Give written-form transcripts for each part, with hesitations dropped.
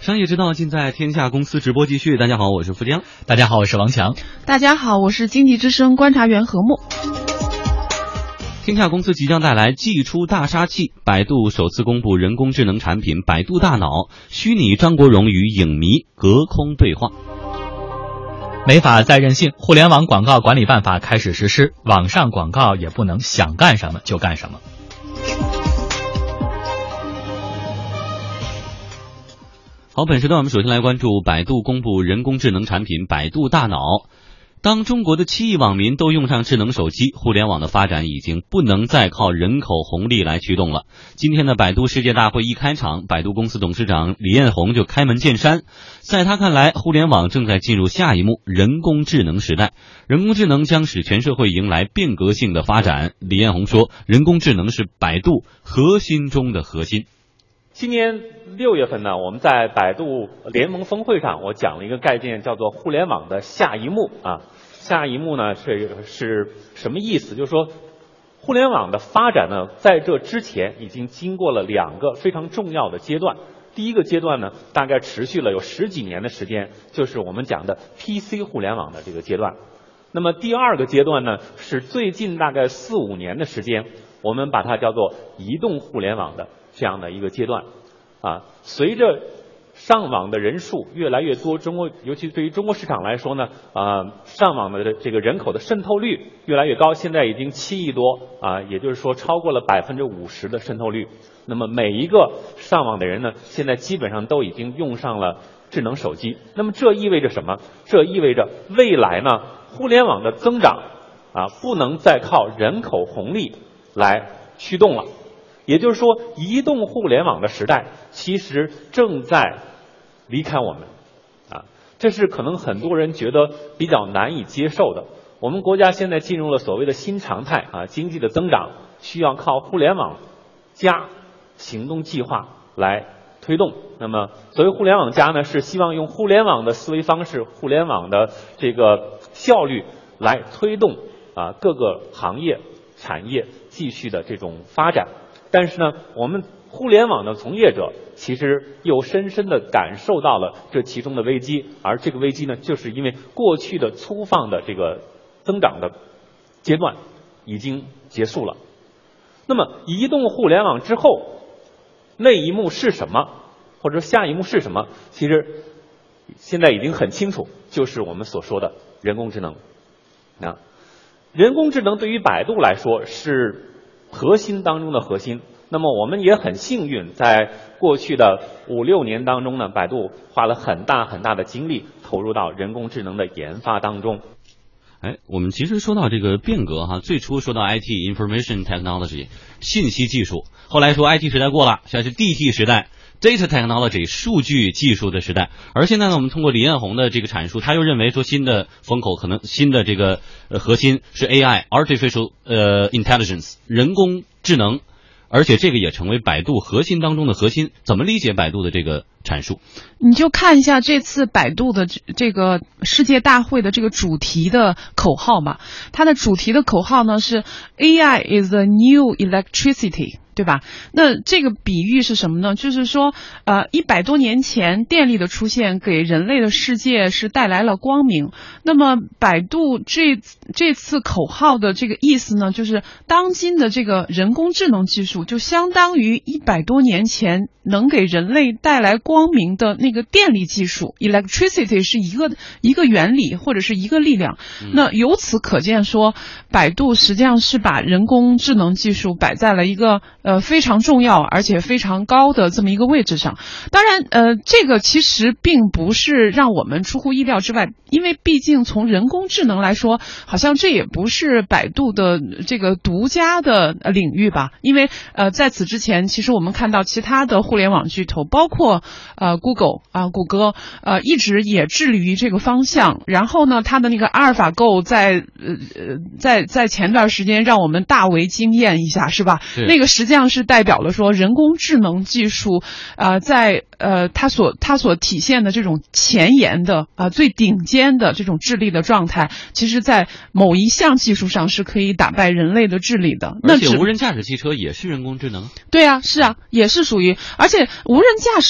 商业之道尽在天下公司，直播继续。大家好，我是付江。 大家好，我是王强。 大家好，我是经济之声观察员何木。 天下公司即将带来祭出大杀器，百度首次公布人工智能产品百度大脑，虚拟张国荣与影迷隔空对话。 没法再任性，互联网广告管理办法开始实施，网上广告也不能想干什么就干什么。 好，本时段我们首先来关注百度公布人工智能产品百度大脑。当中国的7亿网民都用上智能手机，互联网的发展已经不能再靠人口红利来驱动了。今天的百度世界大会一开场，百度公司董事长李彦宏就开门见山，在他看来，互联网正在进入下一幕人工智能时代，人工智能将使全社会迎来变革性的发展。李彦宏说，人工智能是百度核心中的核心。 今年6月份呢，我们在百度联盟峰会上，我讲了一个概念，叫做互联网的下一幕啊。下一幕呢是什么意思？就是说，互联网的发展呢，在这之前已经经过了2个非常重要的阶段。第一个阶段呢，大概持续了有10几年的时间，就是我们讲的 PC 互联网的这个阶段。那么第2个阶段呢，是最近大概4、5年的时间，我们把它叫做移动互联网的这样的一个阶段。随着上网的人数越来越多，尤其对于中国市场来说呢，上网的这个人口的渗透率越来越高，现在已经7亿多也就是说超过了50%的渗透率。那么每一个上网的人呢，现在基本上都已经用上了智能手机。那么这意味着什么？这意味着未来呢，互联网的增长不能再靠人口红利来驱动了。也就是说，移动互联网的时代其实正在离开我们这是可能很多人觉得比较难以接受的。我们国家现在进入了所谓的新常态经济的增长需要靠互联网加行动计划来推动。那么所谓互联网加呢，是希望用互联网的思维方式、互联网的这个效率来推动各个行业产业继续的这种发展。但是呢，我们互联网的从业者其实又深深地感受到了这其中的危机，而这个危机呢，就是因为过去的粗放的这个增长的阶段已经结束了。那么移动互联网之后，那一幕是什么，或者下一幕是什么？其实现在已经很清楚，就是我们所说的人工智能。人工智能对于百度来说是核心当中的核心。那么我们也很幸运，在过去的5、6年当中呢，百度花了很大的精力投入到人工智能的研发当中。 我们其实说到这个变革最初说到 IT Information Technology 信息技术，后来说 IT 时代过了，现在是 DT 时代 Data Technology 数据技术的时代。而现在呢，我们通过李彦宏的这个阐述，他又认为说新的风口可能新的这个核心是 AI Artificial Intelligence 人工智能，而且这个也成为百度核心当中的核心。怎么理解百度的这个阐述？ 你就看一下这次百度的这个世界大会的这个主题的口号嘛，它的主题的口号呢是 AI is the new electricity，对吧？那这个比喻是什么呢？就是说100多年前电力的出现给人类的世界是带来了光明。那么百度这次口号的这个意思呢，就是当今的这个人工智能技术就相当于100多年前能给人类带来光明的那个电力技术。 Electricity 是一个原理或者是一个力量。那由此可见说，百度实际上是把人工智能技术摆在了一个非常重要而且非常高的这么一个位置上。当然这个其实并不是让我们出乎意料之外，因为毕竟从人工智能来说，好像这也不是百度的这个独家的领域吧。因为在此之前，其实我们看到其他的互联网巨头，包括Google 谷歌一直也致力于这个方向。然后呢，它的那个阿尔法Go在前段时间让我们大为惊艳一下，是吧？那个实际上是代表了说人工智能技术在它所体现的这种前沿的最顶尖的这种智力的状态，其实在某一项技术上是可以打败人类的智力的。 而且无人驾驶汽车也是人工智能。 对啊，是啊，也是属于。而且无人驾驶技术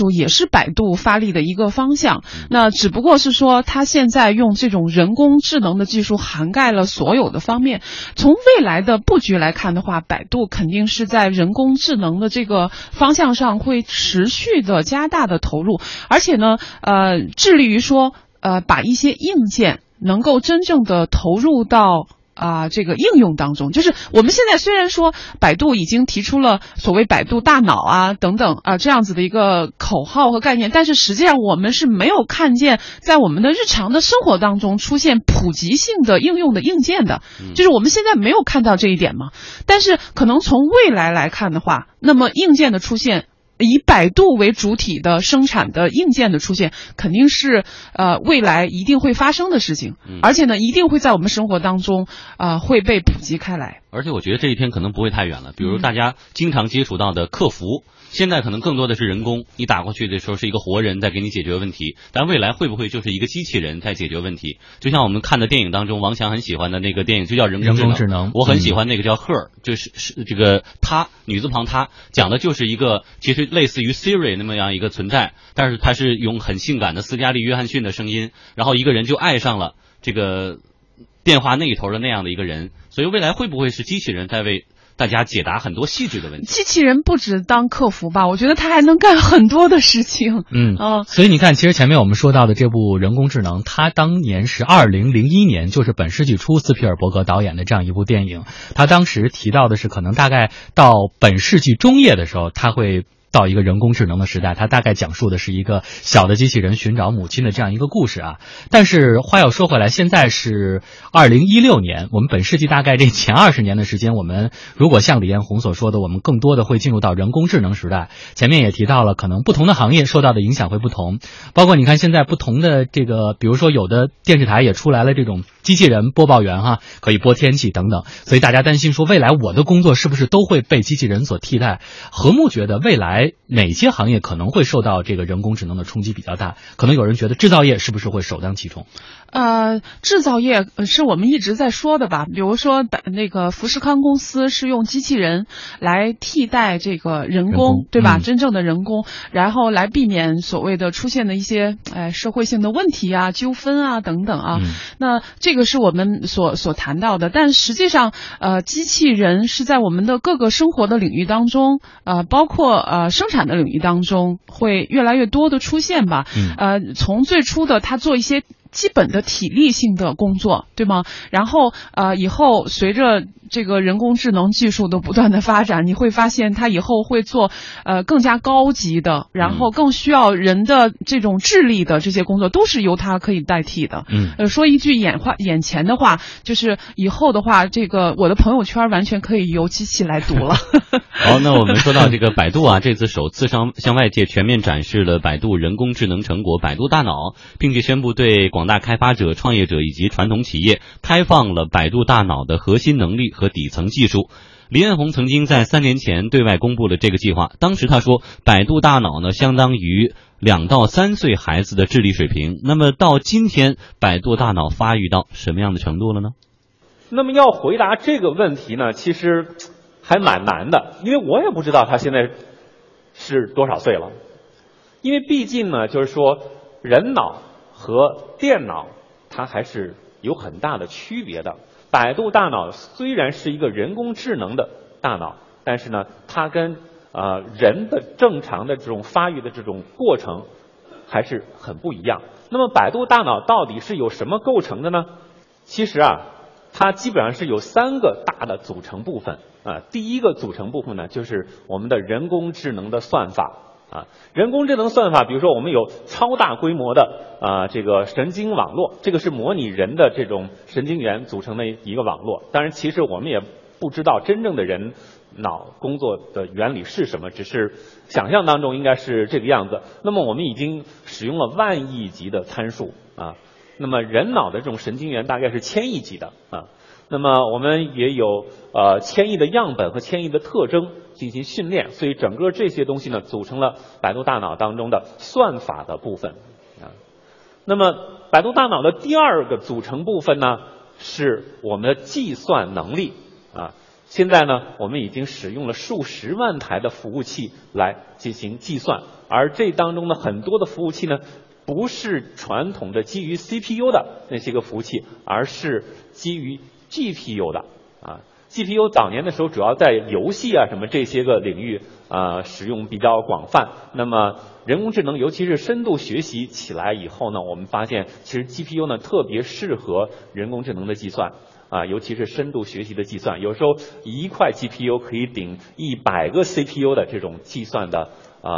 术也是百度发力的一个方向，那只不过是说它现在用这种人工智能的技术涵盖了所有的方面。从未来的布局来看的话，百度肯定是在人工智能的这个方向上会持续的加大的投入，而且呢致力于说把一些硬件能够真正的投入到这个应用当中。就是我们现在虽然说百度已经提出了所谓百度大脑啊等等这样子的一个口号和概念，但是实际上我们是没有看见在我们的日常的生活当中出现普及性的应用的硬件的，就是我们现在没有看到这一点嘛。但是可能从未来来看的话，那么硬件的出现，以百度为主体的生产的硬件的出现，肯定是未来一定会发生的事情，而且呢一定会在我们生活当中会被普及开来。 而且我觉得这一天可能不会太远了，比如大家经常接触到的客服，现在可能更多的是人工，你打过去的时候是一个活人在给你解决问题，但未来会不会就是一个机器人在解决问题？就像我们看的电影当中，王强很喜欢的那个电影就叫人工智能，我很喜欢那个叫 Her， 就是这个她女字旁她，讲的就是一个其实类似于 Siri 那么样一个存在，但是她是用很性感的斯嘉丽·约翰逊的声音，然后一个人就爱上了这个电话那一头的那样的一个人，所以未来会不会是机器人在为大家解答很多细致的问题？ 机器人不止当客服吧，我觉得他还能干很多的事情。 所以你看，其实前面我们说到的这部人工智能，它当年是2001年，就是本世纪初斯皮尔伯格导演的这样一部电影。他当时提到的是，可能大概到本世纪中叶的时候，他会到一个人工智能的时代，它大概讲述的是一个小的机器人寻找母亲的这样一个故事啊。但是话要说回来，现在是2016年，我们本世纪大概这前20年的时间，我们如果像李彦宏所说的，我们更多的会进入到人工智能时代。前面也提到了，可能不同的行业受到的影响会不同，包括你看现在不同的这个，比如说有的电视台也出来了这种机器人播报员可以播天气等等，所以大家担心说未来我的工作是不是都会被机器人所替代？何木觉得未来哪些行业可能会受到这个人工智能的冲击比较大？可能有人觉得制造业是不是会首当其冲？ 制造业是我们一直在说的吧，比如说那个富士康公司是用机器人来替代这个人工，对吧？真正的人工，然后来避免所谓的出现的一些社会性的问题啊、纠纷啊等等啊。那这个是我们所谈到的，但实际上机器人是在我们的各个生活的领域当中，包括生产的领域当中会越来越多的出现吧。从最初的它做一些基本的体力性的工作，对吗？然后以后随着这个人工智能技术的不断的发展，你会发现它以后会做更加高级的，然后更需要人的这种智力的这些工作，都是由它可以代替的。说一句眼前的话，就是以后的话，这个我的朋友圈完全可以由机器来读了。 好，那我们说到这个百度啊，这次首次向外界全面展示了百度人工智能成果百度大脑，并且宣布对广大开发者、创业者以及传统企业开放了百度大脑的核心能力和底层技术。李彦宏曾经在3年前对外公布了这个计划，当时他说百度大脑呢相当于2到3岁孩子的智力水平。那么到今天百度大脑发育到什么样的程度了呢？ 那么要回答这个问题呢，其实还蛮难的，因为我也不知道他现在是多少岁了。因为毕竟呢，就是说人脑和电脑它还是有很大的区别的。百度大脑虽然是一个人工智能的大脑，但是呢，它跟人的正常的这种发育的这种过程还是很不一样。那么百度大脑到底是由什么构成的呢？其实它基本上是有3个大的组成部分第一个组成部分呢，就是我们的人工智能的算法人工智能算法，比如说我们有超大规模的这个神经网络，这个是模拟人的这种神经元组成的一个网络。当然，其实我们也不知道真正的人脑工作的原理是什么，只是想象当中应该是这个样子。那么我们已经使用了万亿级的参数那么人脑的这种神经元大概是1000亿级的那么我们也有1000亿的样本和1000亿的特征进行训练，所以整个这些东西呢，组成了百度大脑当中的算法的部分那么百度大脑的第2个组成部分呢，是我们的计算能力现在呢，我们已经使用了数十万台的服务器来进行计算，而这当中的很多的服务器呢，不是传统的基于 CPU 的那些个服务器，而是基于 GPU 的啊。GPU 早年的时候主要在游戏啊什么这些个领域使用比较广泛。那么人工智能尤其是深度学习起来以后呢，我们发现其实 GPU 呢特别适合人工智能的计算尤其是深度学习的计算。有时候一块 GPU 可以顶100个 CPU 的这种计算的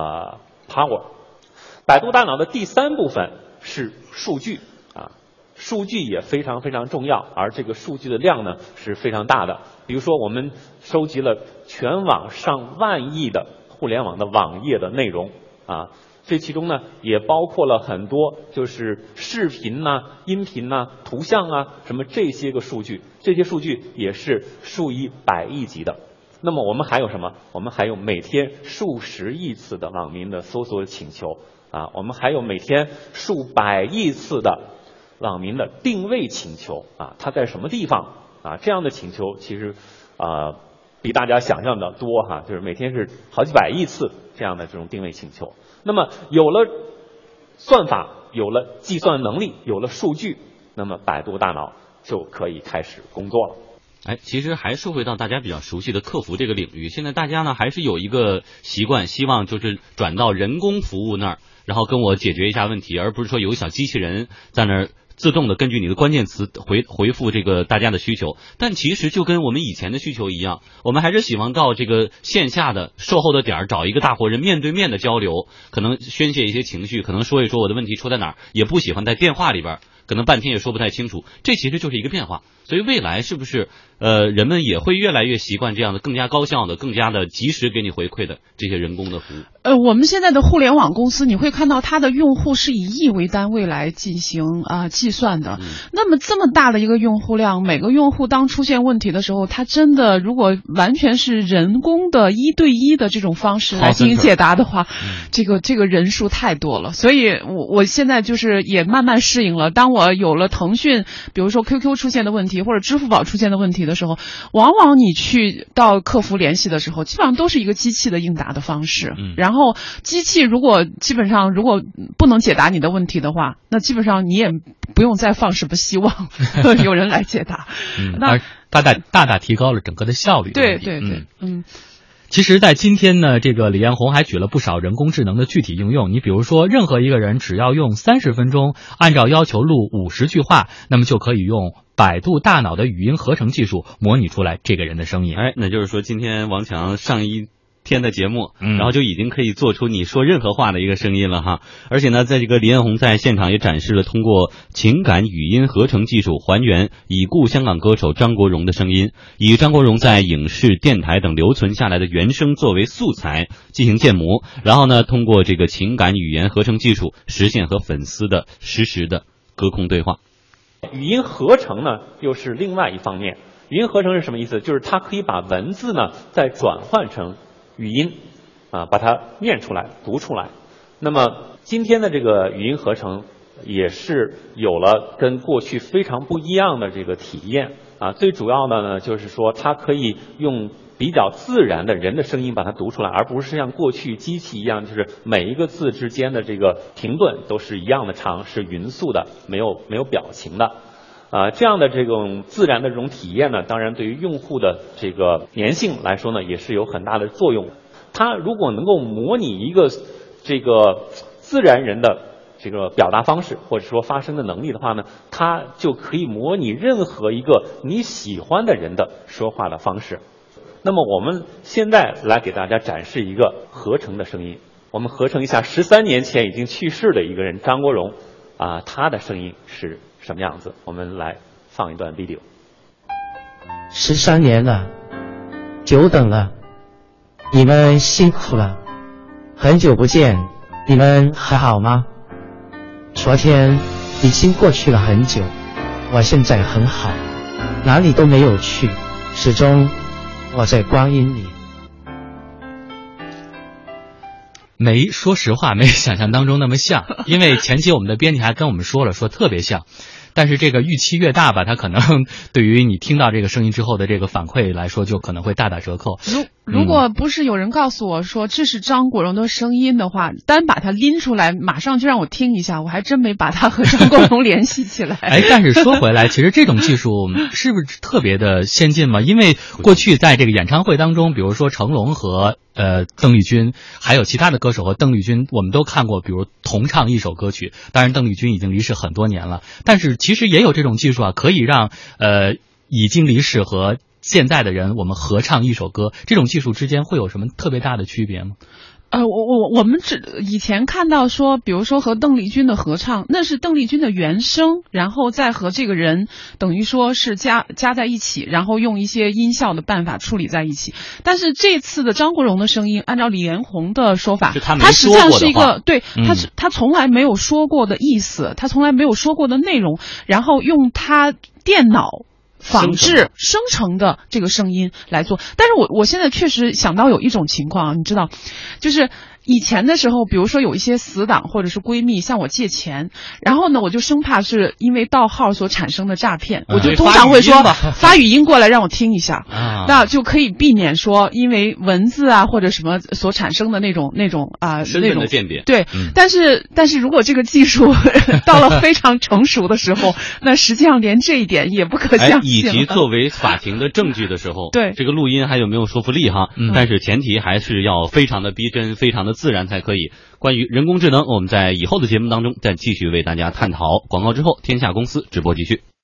power。百度大脑的第3部分是数据数据也非常非常重要，而这个数据的量呢是非常大的。比如说我们收集了全网上万亿的互联网的网页的内容这其中呢也包括了很多就是视频音频图像什么这些个数据，这些数据也是数以百亿级的。那么我们还有什么？我们还有每天数十亿次的网民的搜索请求我们还有每天数百亿次的网民的定位请求它在什么地方这样的请求其实比大家想象的多就是每天是好几百亿次这样的这种定位请求。那么有了算法，有了计算能力，有了数据，那么百度大脑就可以开始工作了。 其实还说回到大家比较熟悉的客服这个领域，现在大家呢还是有一个习惯，希望就是转到人工服务那儿，然后跟我解决一下问题，而不是说有个小机器人在那儿自动的根据你的关键词回复这个大家的需求。但其实就跟我们以前的需求一样，我们还是喜欢到这个线下的售后的点儿，找一个大活人面对面的交流，可能宣泄一些情绪，可能说一说我的问题出在哪儿，也不喜欢在电话里边可能半天也说不太清楚。这其实就是一个变化。所以未来是不是人们也会越来越习惯这样的更加高效的、更加的及时给你回馈的这些人工的服务？ 我们现在的互联网公司，你会看到它的用户是以亿为单位来进行计算的。那么这么大的一个用户量，每个用户当出现问题的时候，他真的如果完全是人工的1对1的这种方式来进行解答的话，这个人数太多了。所以我现在就是也慢慢适应了。当我有了腾讯，比如说 QQ 出现的问题或者支付宝出现的问题的时候，往往你去到客服联系的时候，基本上都是一个机器的应答的方式。然后机器如果不能解答你的问题的话，那基本上你也不用再放什么希望有人来解答。 那大大提高了整个的效率。 对。 其实在今天呢，这个李彦宏还举了不少人工智能的具体应用。你比如说，任何一个人只要用30分钟按照要求录50句话，那么就可以用百度大脑的语音合成技术模拟出来这个人的声音。 那就是说今天王强上一天的节目，然后就已经可以做出你说任何话的一个声音了哈。而且呢，在这个李彦宏在现场也展示了通过情感语音合成技术还原已故香港歌手张国荣的声音，以张国荣在影视、电台等留存下来的原声作为素材进行建模，然后呢，通过这个情感语言合成技术实现和粉丝的实时的隔空对话。 语音合成呢，又是另外一方面。语音合成是什么意思？就是它可以把文字呢再转换成语音把它念出来、读出来。那么今天的这个语音合成也是有了跟过去非常不一样的这个体验最主要的呢，就是说它可以用比较自然的人的声音把它读出来，而不是像过去机器一样，就是每一个字之间的这个停顿都是一样的长，是匀速的，没有表情的。这样的这种自然的这种体验呢，当然对于用户的这个粘性来说呢，也是有很大的作用。它如果能够模拟一个这个自然人的这个表达方式，或者说发声的能力的话呢，它就可以模拟任何一个你喜欢的人的说话的方式。那么我们现在来给大家展示一个合成的声音，我们合成一下13年前已经去世的一个人张国荣他的声音是什么样子？我们来放一段 video。 13年了，久等了，你们辛苦了，很久不见，你们还好吗？昨天已经过去了很久，我现在很好，哪里都没有去，始终我在光阴里。说实话没想象当中那么像，因为前期我们的编辑还跟我们说特别像。 但是这个预期越大吧，它可能对于你听到这个声音之后的这个反馈来说，就可能会大打折扣。 如果不是有人告诉我说这是张国荣的声音的话，单把它拎出来，马上就让我听一下，我还真没把他和张国荣联系起来。 哎，但是说回来，其实这种技术是不是特别的先进嘛？因为过去在这个演唱会当中，比如说成龙和邓丽君，还有其他的歌手和邓丽君，我们都看过，比如同唱一首歌曲。当然，邓丽君已经离世很多年了，但是其实也有这种技术啊，可以让已经离世和现在的人我们合唱一首歌，这种技术之间会有什么特别大的区别吗？ 我们以前看到说，比如说和邓丽君的合唱，那是邓丽君的原声，然后再和这个人等于说是加在一起，然后用一些音效的办法处理在一起。但是这次的张国荣的声音，按照李彦宏的说法，他实际上是一个对，他从来没有说过的意思，他从来没有说过的内容，然后用他电脑仿制生成的这个声音来做。但是我现在确实想到有一种情况，你知道，就是以前的时候，比如说有一些死党或者是闺蜜向我借钱，然后呢，我就生怕是因为盗号所产生的诈骗，我就通常会说发语音过来让我听一下，那就可以避免说因为文字啊或者什么所产生的那种身份的鉴别。 对，但是如果这个技术到了非常成熟的时候，那实际上连这一点也不可相信。 以及作为法庭的证据的时候， 对， 这个录音还有没有说服力哈？但是前提还是要非常的逼真，非常的自然才可以。关于人工智能，我们在以后的节目当中再继续为大家探讨。广告之后，天下公司直播继续。